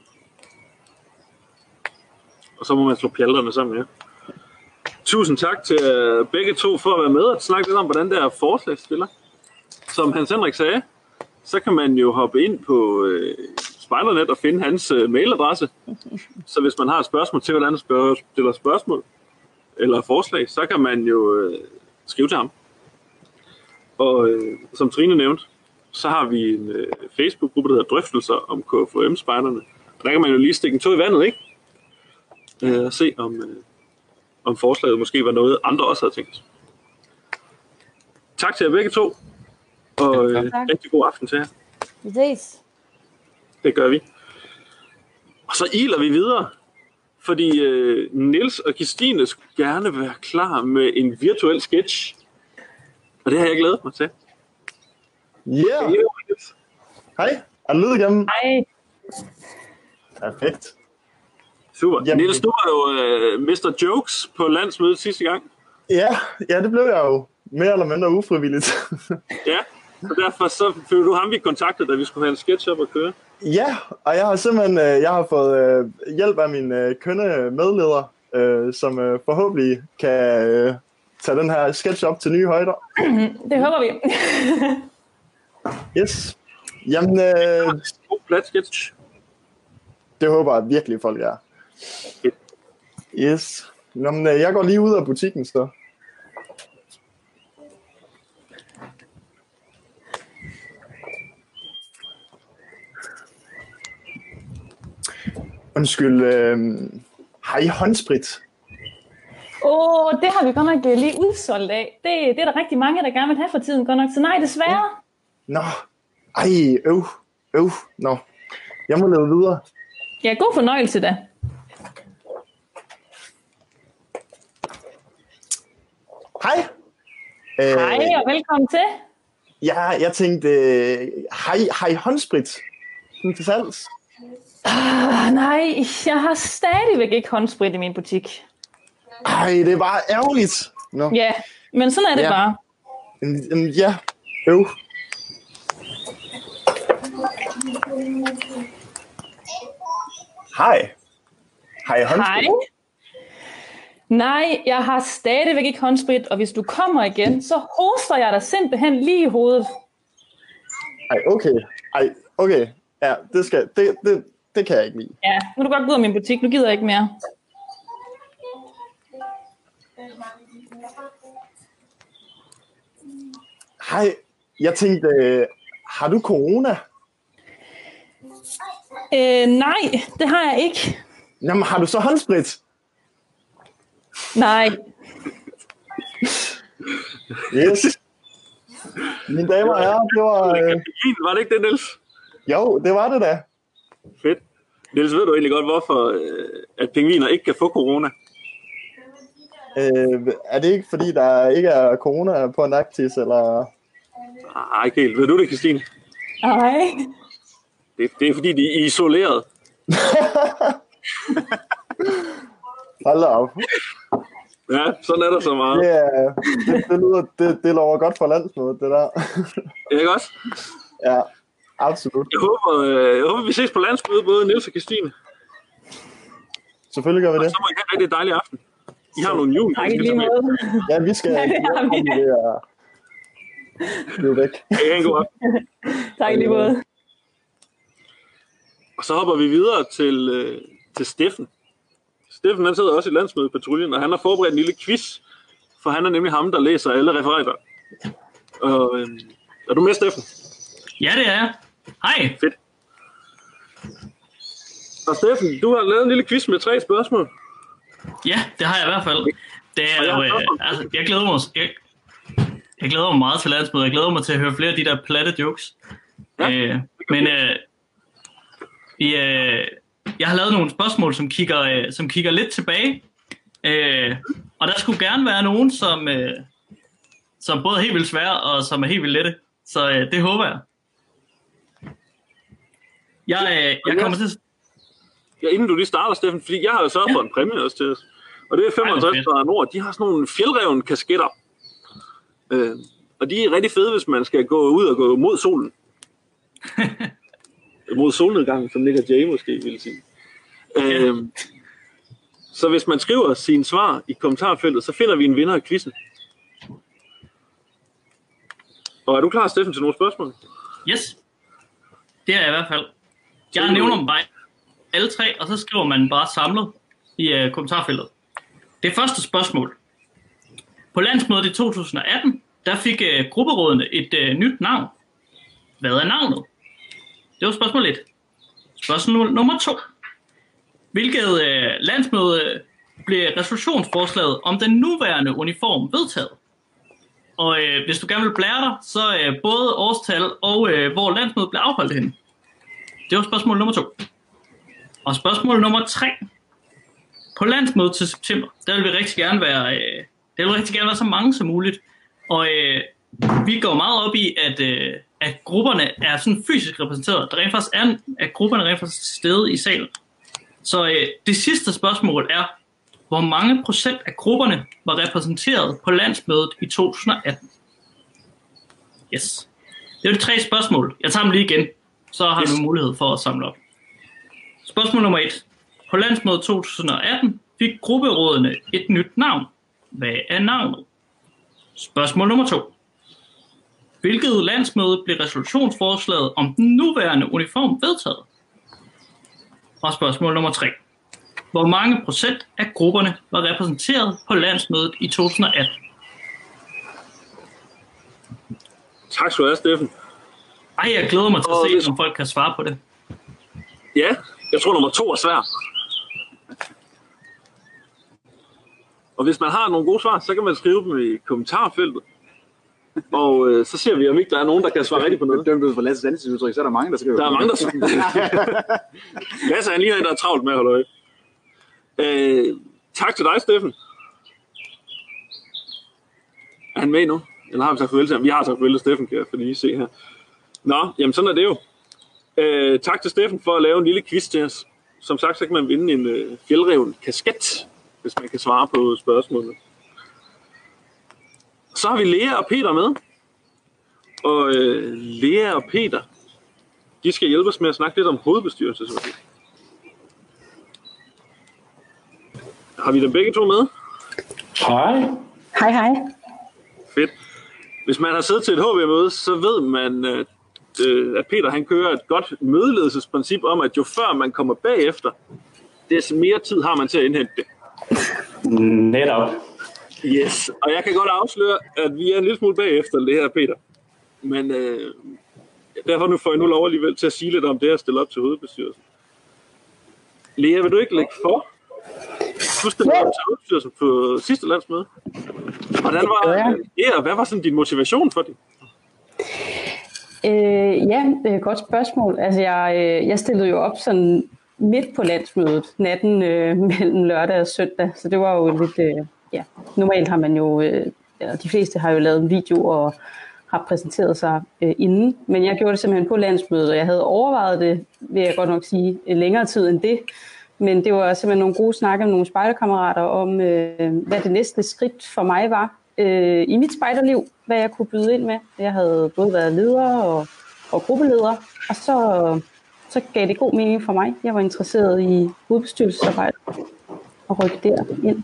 Og så må man slå pjalterne sammen, ja. Tusind tak til begge to for at være med og snakke lidt om, hvordan der er forslagsstiller. Som Hans Henrik sagde, så kan man jo hoppe ind på Spejdernet og finde hans mailadresse. Så hvis man har et spørgsmål til, hvordan man stiller spørgsmål eller forslag, så kan man jo skrive til ham. Og som Trine nævnte, så har vi en Facebook-gruppe, der hedder Drøftelser om KFUM-spejderne. Der kan man jo lige stikke en tå i vandet, ikke? Og se om forslaget måske var noget, andre også havde tænkt. Tak til jer begge to, og rigtig god aften til jer. Vi ses. Det gør vi. Og så iler vi videre, fordi Niels og Christine skulle gerne være klar med en virtuel sketch. Og det har jeg glædet mig til. Yeah. Hej, er det lyd igennem? Hej. Perfekt. Super. Jamen, Niels, du var jo Mr. Jokes på landsmødet sidste gang. Ja, det blev jeg jo mere eller mindre ufrivilligt. Ja, så derfor så følte du ham, vi kontaktede, da vi skulle have en sketch op at køre. Ja, og jeg har simpelthen fået hjælp af min kønne medleder, som forhåbentlig kan tage den her sketch op til nye højder. Det håber vi. Yes. Jamen, god plat sketch. Det håber jeg virkelig, folk er. Yes. Jamen, jeg går lige ud af butikken, så. Undskyld, har I håndsprit? Det har vi godt nok lige udsolgt af. Det er der rigtig mange, der gerne vil have for tiden godt nok. Så nej, desværre. Nå, nå. Jeg må leve videre. Ja, god fornøjelse da. Hej. Hej og velkommen til. Ja, jeg tænkte, har I håndsprit til salgs? Nej, jeg har stadigvæk ikke håndsprit i min butik. Ej, det er bare ærgerligt. Nå. Ja, men sådan er det bare. Ja, Hej. Har I håndsprit? Hej. Nej, jeg har stadigvæk ikke håndsprit, og hvis du kommer igen, så hoster jeg dig simpelthen lige i hovedet. Okay. Ja, det kan jeg ikke lide. Ja, nu er du godt gå ud af min butik, nu gider jeg ikke mere. Hej, jeg tænkte, har du corona? Nej, det har jeg ikke. Jamen, har du så håndsprit? Nej. Yes. Mine damer og herrer, det var... Var det ikke det, Niels? Jo, det var det da. Fedt. Niels, ved du egentlig godt, hvorfor at pingviner ikke kan få corona? Er det ikke, fordi der ikke er corona på Antarktis, eller... Nej, ikke helt. Ved du det, Christine? Nej. Det er, fordi de er isoleret. Hold op. Ja, sådan er der så meget. Det lover godt for landsmødet, det der. Ikke også? Ja, absolut. Jeg håber, vi ses på landsmødet, både Niels og Christine. Selvfølgelig gør vi det. Og så må I have en rigtig dejlig aften. I har nogle jul. Tak lige måde. Ja, vi skal blive væk. Ja, en god aften. Tak lige måde. Og så hopper vi videre til Steffen. Steffen, han sidder også i landsmødepatruljen, og han har forberedt en lille quiz, for han er nemlig ham, der læser alle referater. Og, er du med, Steffen? Ja, det er jeg. Hej. Fedt. Og Steffen, du har lavet en lille quiz med 3 spørgsmål. Ja, det har jeg i hvert fald. Det er jo, jeg glæder mig. Jeg glæder mig meget til landsmødet. Jeg glæder mig til at høre flere af de der platte jokes. Ja, men jeg har lavet nogle spørgsmål, som kigger lidt tilbage. Og der skulle gerne være nogen, som både er helt vildt svære, og som er helt vildt lette. Så det håber jeg. Jeg kommer til... Ja, inden du lige starter, Steffen, fordi jeg har jo sørget for en præmie også til os. Og det er 55 grader nord. De har sådan nogle fjeldrevne kasketter. Og de er rigtig fede, hvis man skal gå ud og gå mod solen. Mod solnedgangen, som Nick og Jay måske ville sige. Så hvis man skriver sine svar i kommentarfeltet, så finder vi en vinder af quizzen. Og er du klar, Steffen, til nogle spørgsmål? Yes. Det er jeg i hvert fald. Jeg nævner dem bare alle tre, og så skriver man bare samlet i kommentarfeltet. Det første spørgsmål. På landsmødet i 2018, der fik grupperådene et nyt navn. Hvad er navnet? Det var spørgsmål 1. Spørgsmål nummer 2. Hvilket landsmøde blev resolutionsforslaget om den nuværende uniform vedtaget? Og hvis du gerne vil blære dig, så både årstal og hvor landsmødet blev afholdt henne. Det var spørgsmål nummer 2. Og spørgsmål nummer 3. På landsmødet til september, der vil vi rigtig gerne være, så mange som muligt. Og vi går meget op i, at grupperne er sådan fysisk repræsenteret. Der rent faktisk er, at grupperne rent faktisk er til stede i salen. Så det sidste spørgsmål er, hvor mange procent af grupperne var repræsenteret på landsmødet i 2018? Yes. Det er de 3 spørgsmål. Jeg tager dem lige igen, så har du mulighed for at samle op. Spørgsmål nummer 1. På landsmødet 2018 fik grupperådene et nyt navn. Hvad er navnet? Spørgsmål nummer 2. Hvilket landsmøde blev resolutionsforslaget om den nuværende uniform vedtaget? Og spørgsmål nummer 3. Hvor mange procent af grupperne var repræsenteret på landsmødet i 2018? Tak skal du have, Steffen. Jeg glæder mig til at se, om folk kan svare på det. Ja, jeg tror nummer 2 er svær. Og hvis man har nogle gode svar, så kan man skrive dem i kommentarfeltet. Og så ser vi, om ikke der er nogen, der kan svare rigtigt på noget. Dømt ud for Lasses ansigtsudtryk, så er der mange, der skriver. Der er mange, der skriver. Lasse er lige en, der er travlt med at holde øje. Tak til dig, Steffen. Er han med nu? Eller har vi sagt farvel til ham? Vi har sagt farvel til Steffen, kan jeg lige se her. Nå, jamen sådan er det jo. Tak til Steffen for at lave en lille quiz til os. Som sagt, så kan man vinde en fjeldreven kasket, hvis man kan svare på spørgsmålet. Så har vi Lea og Peter med. Og Lea og Peter, de skal hjælpe os med at snakke lidt om hovedbestyrelse. Har vi dem begge to med? Hej. Hej, hej. Fedt. Hvis man har siddet til et HV-møde, så ved man, at Peter han kører et godt mødeledelsesprincip om, at jo før man kommer bagefter, des mere tid har man til at indhente det. Netop. Yes, og jeg kan godt afsløre, at vi er en lille smule bagefter det her, Peter. Men derfor nu får jeg nu lov alligevel til at sige lidt om det at stille op til hovedbestyrelsen. Lea, vil du ikke lægge for? Du stillede op til hovedbestyrelsen på sidste landsmøde. Hvordan var det, og hvad var sådan din motivation for det? Det er et godt spørgsmål. Altså, jeg stillede jo op sådan midt på landsmødet, natten mellem lørdag og søndag, så det var jo lidt... Normalt har man jo, de fleste har jo lavet en video og har præsenteret sig inden, men jeg gjorde det simpelthen på landsmødet, og jeg havde overvejet det, vil jeg godt nok sige, længere tid end det, men det var simpelthen nogle gode snakke med nogle spejderkammerater om, hvad det næste skridt for mig var i mit spejderliv, hvad jeg kunne byde ind med. Jeg havde både været leder og gruppeleder, og så gav det god mening for mig. Jeg var interesseret i hovedbestyrelsesarbejde og rykke der ind.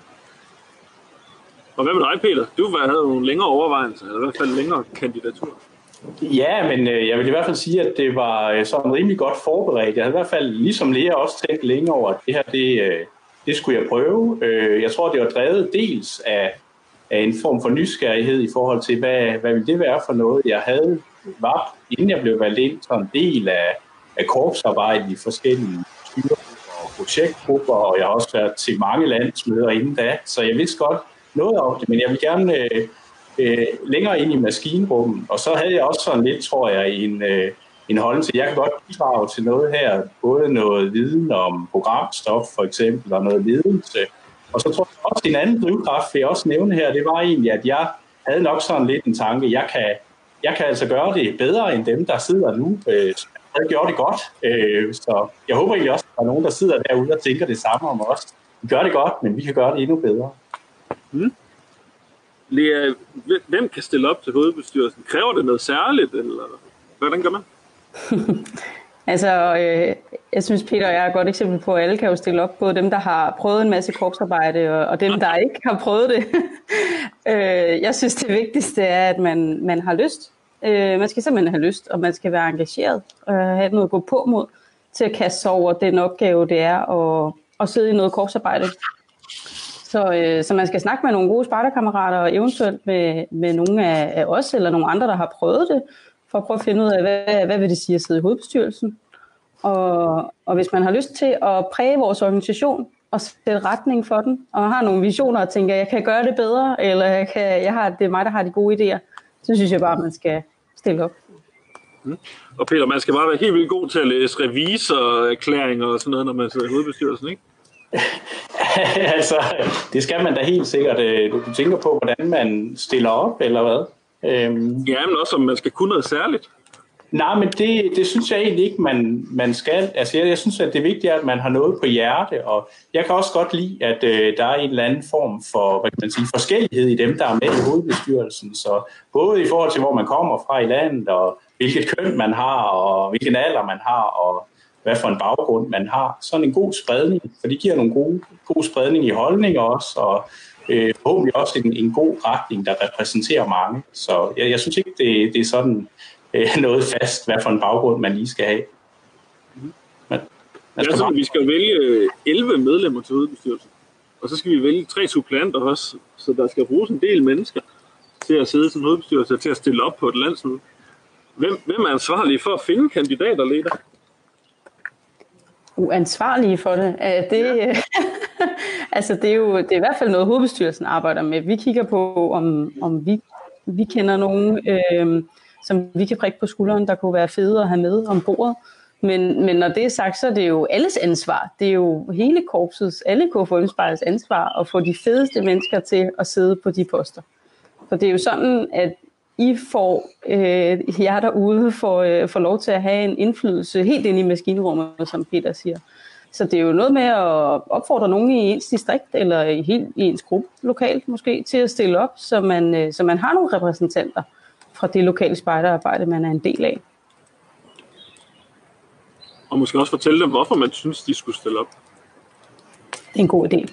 Og hvad med dig, Peter? Du havde nogle længere overvejelser, eller i hvert fald længere kandidatur. Ja, men jeg vil i hvert fald sige, at det var sådan rimelig godt forberedt. Jeg havde i hvert fald, ligesom Lea, også tænkt længe over, at det her, det skulle jeg prøve. Jeg tror, det var drevet dels af en form for nysgerrighed i forhold til, hvad ville det være for noget. Jeg var, inden jeg blev valgt ind, så en del af korpsarbejde i forskellige styrer og projektgrupper, og jeg har også været til mange landsmøder inden da, så jeg vidste godt noget om det, men jeg vil gerne længere ind i maskinrummet, og så havde jeg også sådan lidt, tror jeg, en holdning til, jeg kan godt bidrage til noget her, både noget viden om programstof for eksempel, og noget ledelse, og så tror jeg også, en anden drivkraft, vil jeg også nævne her, det var egentlig, at jeg havde nok sådan lidt en tanke, jeg kan altså gøre det bedre end dem, der sidder nu, havde gjort det godt. Så jeg håber egentlig også, at der er nogen, der sidder derude og tænker det samme om os. Vi gør det godt, men vi kan gøre det endnu bedre. Lea, hvem kan stille op til hovedbestyrelsen? Kræver det noget særligt, eller hvordan gør man? Altså, jeg synes, Peter og jeg er et godt eksempel på, at alle kan jo stille op på dem, der har prøvet en masse korpsarbejde, og dem, der ikke har prøvet det. Jeg synes, det vigtigste er, at man har lyst. Man skal simpelthen have lyst, og man skal være engageret, og have noget at gå på mod, til at kaste sig over den opgave, det er at sidde i noget korpsarbejde. Så man skal snakke med nogle gode spejderkammerater, og eventuelt med nogle af os, eller nogle andre, der har prøvet det, for at prøve at finde ud af, hvad vil det sige at sidde i hovedbestyrelsen. Og hvis man har lyst til at præge vores organisation, og sætte retning for den, og har nogle visioner og tænker, jeg kan gøre det bedre, eller det er mig, der har de gode idéer, så synes jeg bare, at man skal stille op. Og Peter, man skal bare være helt vildt god til at læse revisorerklæringer og sådan noget, når man sidder i hovedbestyrelsen, ikke? Altså, det skal man da helt sikkert. Du tænker på, hvordan man stiller op, eller hvad? Ja, men også om man skal kunne noget særligt. Nej, men det synes jeg egentlig ikke, man skal. Altså, jeg synes, at det vigtige er, at man har noget på hjerte, og jeg kan også godt lide, at der er en eller anden form for, hvad kan man sige, forskellighed i dem, der er med i hovedbestyrelsen. Så både i forhold til, hvor man kommer fra i landet, og hvilket køn man har, og hvilken alder man har, og hvad for en baggrund man har. Sådan en god spredning, for det giver nogle god spredning i holdninger også, og forhåbentlig også en god retning, der repræsenterer mange. Så jeg synes ikke, det er sådan noget fast, hvad for en baggrund man lige skal have. Vi skal vælge 11 medlemmer til hovedbestyrelsen, og så skal vi vælge 3 suppleanter også, så der skal bruges en del mennesker til at sidde som hovedbestyrelse og til at stille op på et landsmøde. Hvem er ansvarlig for at finde kandidater, Leda? Uansvarlige for det. Altså det er i hvert fald noget, hovedbestyrelsen arbejder med. Vi kigger på, om vi kender nogen, som vi kan prikke på skulderen, der kunne være fede at have med om bordet. Men når det er sagt, så er det jo alles ansvar. Det er jo hele korpsets, alle KFUM-spejlers ansvar at få de fedeste mennesker til at sidde på de poster. For det er jo sådan, at I får jer derude får lov til at have en indflydelse helt ind i maskinrummet, som Peter siger. Så det er jo noget med at opfordre nogen i ens distrikt, eller i ens gruppe lokalt måske, til at stille op, så man har nogle repræsentanter fra det lokale spejderarbejde, man er en del af. Og måske også fortælle dem, hvorfor man synes, de skulle stille op. Det er en god idé.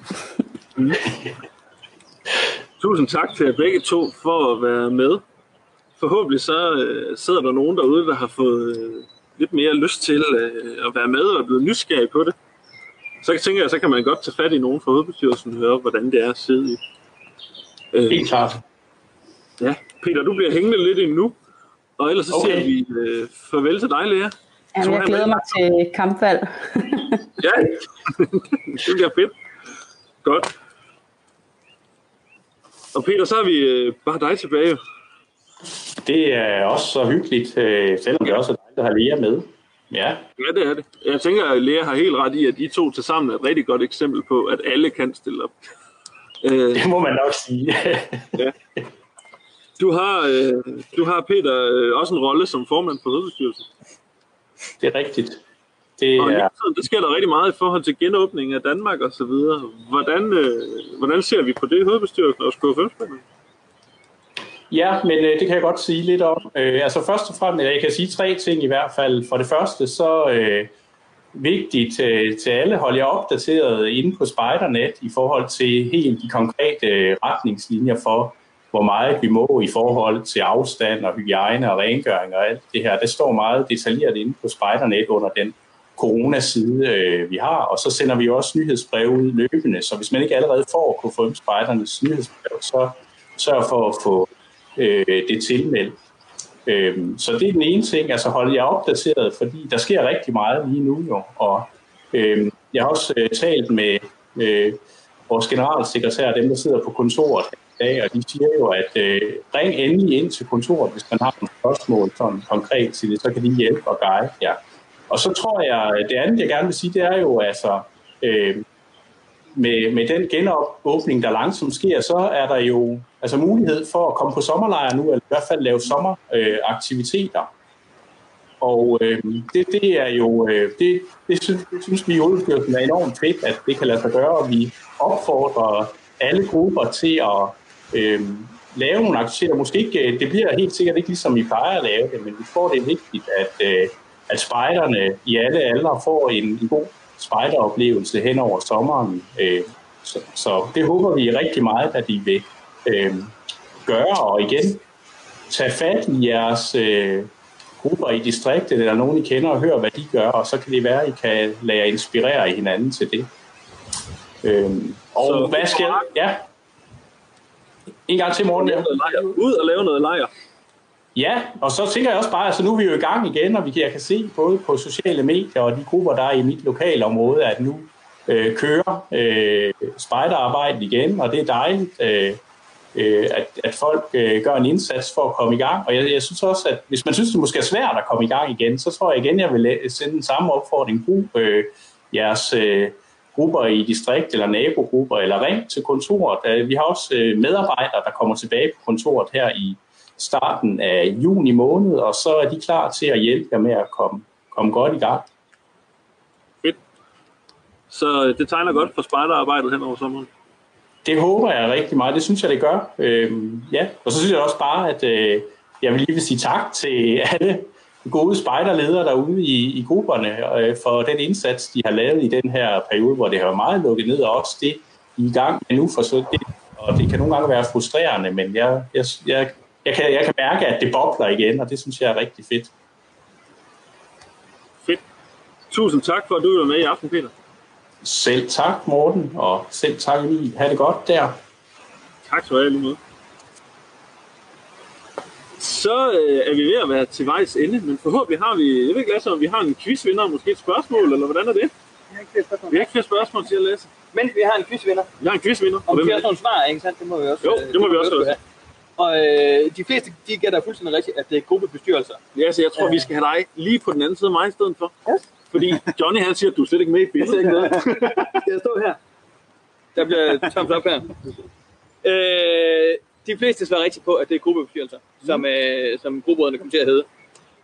Tusind tak til jer begge to for at være med. Forhåbentlig så sidder der nogen derude, der har fået lidt mere lyst til at være med og er blevet nysgerrig på det. Så tænker jeg, så kan man godt tage fat i nogen fra hovedbestyrelsen og høre, hvordan det er at sidde i. Helt klart. Ja, Peter, du bliver hængende lidt endnu, og ellers så siger vi farvel til dig, Lea. Jamen, jeg glæder mig til kampvalg. Ja, det bliver fedt. Godt. Og Peter, så har vi bare dig tilbage. Det er også så hyggeligt, selvom det også er dig, der har Lea med. Ja, det er det. Jeg tænker, at Lea har helt ret i, at I to tilsammen er et rigtig godt eksempel på, at alle kan stille op. Det må man nok sige. Ja. Du har, Peter, også en rolle som formand for hovedbestyrelsen. Det er rigtigt. Det sker der rigtig meget i forhold til genåbning af Danmark og så videre. Hvordan ser vi på det hovedbestyrelsen og KFUM-spændende? Ja, men det kan jeg godt sige lidt om. Altså først og fremmest, jeg kan sige 3 ting i hvert fald. For det første, så vigtigt til alle, hold jer opdateret inde på Spejdernet i forhold til helt de konkrete retningslinjer for, hvor meget vi må i forhold til afstand og hygiejne og rengøring og alt det her. Det står meget detaljeret inde på Spejdernet under den coronaside, vi har. Og så sender vi også nyhedsbreve ud løbende, så hvis man ikke allerede får KFUM-spejdernes nyhedsbrev, så sørg for at få det tilmeldt. Så det er den ene ting, altså holde jer opdateret, fordi der sker rigtig meget lige nu jo. Og jeg har også talt med vores generalsekretær, dem der sidder på kontoret i dag, og de siger jo, at ring endelig ind til kontoret, hvis man har nogle spørgsmål sådan konkret til det, så kan de hjælpe og guide jer. Og så tror jeg, det andet jeg gerne vil sige, det er jo altså, med den genåbning, der langsomt sker, så er der jo altså mulighed for at komme på sommerlejr nu, eller i hvert fald lave sommeraktiviteter. Og det er jo, det synes vi i hovedbestyrelsen er enormt fedt, at det kan lade sig gøre, og vi opfordrer alle grupper til at lave nogle aktiviteter. Måske ikke, det bliver helt sikkert ikke ligesom I plejer at lave det, men vi tror, det er vigtigt, at spejderne i alle aldre får en god spejderoplevelse hen over sommeren. Så det håber vi rigtig meget, at I vil gøre, og igen tage fat i jeres grupper i distriktet, eller nogen I kender og høre, hvad de gør, og så kan det være, at I kan lade jer inspirere hinanden til det. Og så hvad skal jeg? Ja. En gang til, Morten. Ud og lave noget lejr. Ja, og så tænker jeg også bare, altså nu er vi jo i gang igen, og jeg kan se både på sociale medier og de grupper, der er i mit lokale område, at nu kører spejderarbejdet igen, og det er dejligt, at folk gør en indsats for at komme i gang. Og jeg synes også, at hvis man synes, det måske er svært at komme i gang igen, så tror jeg igen, jeg vil sende den samme opfordring. Brug jeres grupper i distrikt eller nabogrupper, eller ring til kontoret. Vi har også medarbejdere, der kommer tilbage på kontoret her i starten af juni måned, og så er de klar til at hjælpe jer med at komme godt i gang. Fedt. Så det tegner godt for spejderarbejdet hen over sommeren? Det håber jeg rigtig meget. Det synes jeg, det gør. Ja. Og så synes jeg også bare, at jeg vil lige sige tak til alle gode spejderledere derude i grupperne for den indsats, de har lavet i den her periode, hvor det har været meget lukket ned, og også det, I er i gang med nu. Og det kan nogle gange være frustrerende, men jeg kan mærke, at det bobler igen, og det synes jeg er rigtig fedt. Fedt. Tusind tak for, at du var med i aften, Peter. Selv tak, Morten, og selv tak, Emil. Ha' det godt der. Tak skal du have, lige måde. Så er vi ved at være til vejs ende, men forhåbentlig har vi, jeg ved ikke, Lasse, om vi har en quizvinder, måske et spørgsmål, eller hvordan er det? Vi har ikke flere spørgsmål. Vi har ikke flere spørgsmål til at læse. Men vi har en quizvinder. Vi har en quizvinder. Og vi har sådan nogle svar, ikke sandt? Det må vi også. Jo, det må vi også have. Og de fleste, de gætter fuldstændig rigtigt, at det er gruppebestyrelser. Ja, så jeg tror, vi skal have dig lige på den anden side af mig i stedet for. Ja. Fordi Johnny, han siger, at du er slet ikke med i billedet. Jeg ser ikke noget. Jeg står her. Der bliver tomt op her. De fleste svarer rigtigt på, at det er gruppebestyrelser, som grupperådene kommer til at hedde.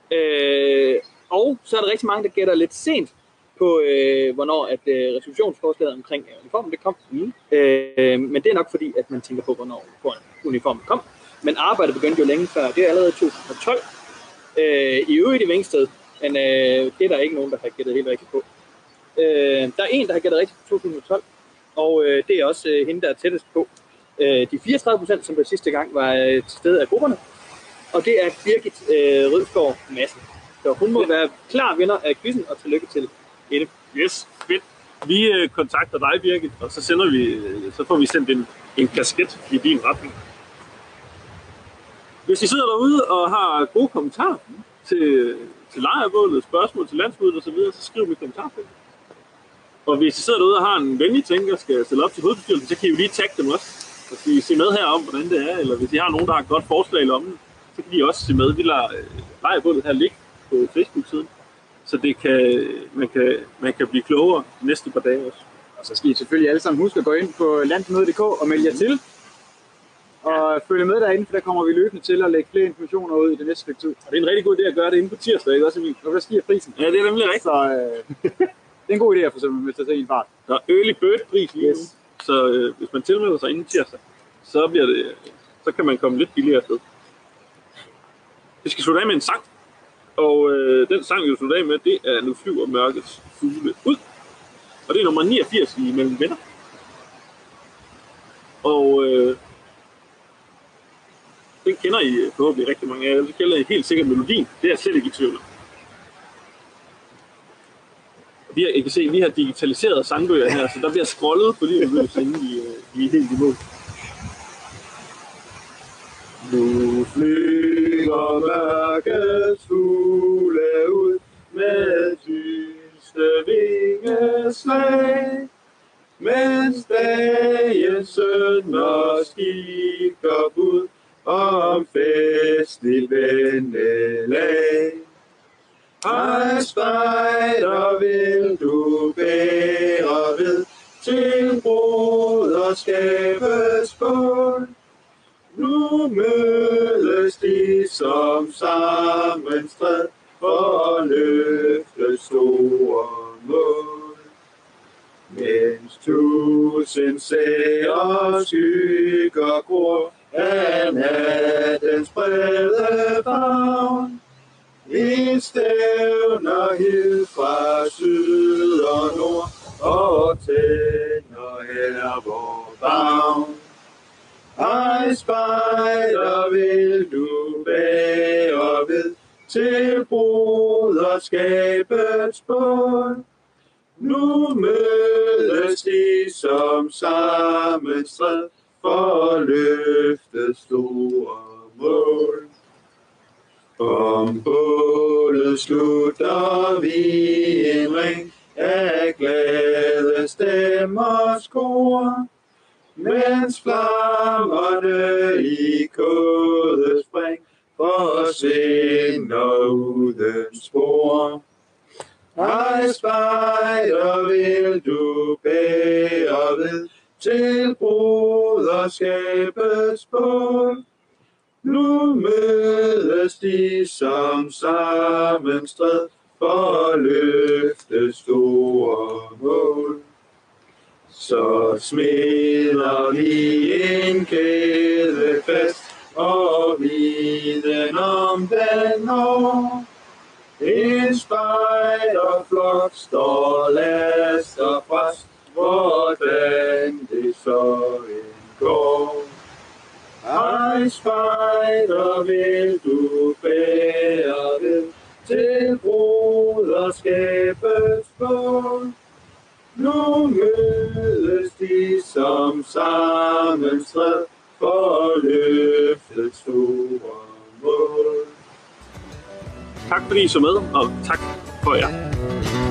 Og så er der rigtig mange, der gætter lidt sent på, hvornår at resolutionsforslaget omkring uniformen det kom. Men det er nok fordi, at man tænker på, hvornår uniformen kom. Men arbejdet begyndte jo længe før. Det er allerede i 2012. I øvrigt i Vingsted. Men det er der ikke nogen, der har gættet helt rigtigt på. Der er en, der har gættet rigtigt på 2012. Og det er også hende, der er tættest på. De 34%, som der sidste gang var til stede af grupperne. Og det er Birgit Rødskov Madsen. Så hun må være klar vinder af quizzen, og tillykke til hende. Yes, fedt. Vi kontakter dig, Birgit, og så får vi sendt en kasket i din retning. Hvis I sidder derude og har gode kommentarer til lejrbålet, spørgsmål til landsmødet osv., så skriv dem i kommentarfeltet. Og hvis I sidder derude og har en venlig tænker, skal stille op til hovedbestyrelsen, så kan I jo lige tagge dem også. Og se med her om, hvordan det er, eller hvis I har nogen, der har et godt forslag eller om det, så kan de også se med. Vi lader lejrbålet her ligge på Facebook-siden, så man kan blive klogere næste par dage også. Og så skal I selvfølgelig alle sammen huske at gå ind på landsmøde.dk og melde jer til. Og følge med derinde, for der kommer vi løbende til at lægge flere informationer ud i det næste stykke tid. Og det er en rigtig god idé at gøre det inde på tirsdag, ikke også, Emil? Og der stiger prisen. Ja, det er nemlig rigtigt. Så det er en god idé at få simpelthen med til at se en fart. Der er early bird pris lige nu, så hvis man tilmelder sig inden tirsdag, så kan man komme lidt billigere afsted. Vi skal slutte af med en sang, og den sang, vi vil slutte af med, det er Nu flyver mørkets fugle ud. Og det er nummer 89 i Mellem Venner. Og den kender I forhåbentlig rigtig mange af jer. Så kender I helt sikkert melodien. Det er jeg slet ikke i tvivl om. I kan se, at vi har digitaliseret sangbøger her, så der bliver scrollet på lige nu, inden vi er helt i mål. Nu flyver mørkets fugle ud med tyste vingeslag, mens dagen sønder skikker bud om festligt vennelag. Hej spejder, vil du bære ved til broderskabets bål. Nu mødes de som sammenstræd for at løfte store mål. Mens tusind sager skygger gror af nattens brede favn, vi stævner helt fra syd og nord og tænder her vor favn. Ej, spejder, vil du bære ved til broderskabets bånd. Nu mødes de som sammenstræd for at løfte store mål. Om bålet slutter vi en ring af glade stemmers kor, mens flammerne i kodet spring forsvinder uden spor. Ej, spejder, vil du bære ved til broderskabets bål. Nu mødes de som sammenstræd for at løfte store mål. Så smider vi en kæde fast og viden om den når. En spejderflok står last og fast, hvordan det så end går. Ej, spejder, vil du bære ved til broderskabets bål. Nu mødes de som sammenstræd for at løfte store mål. Tak fordi I så med, og tak for jer.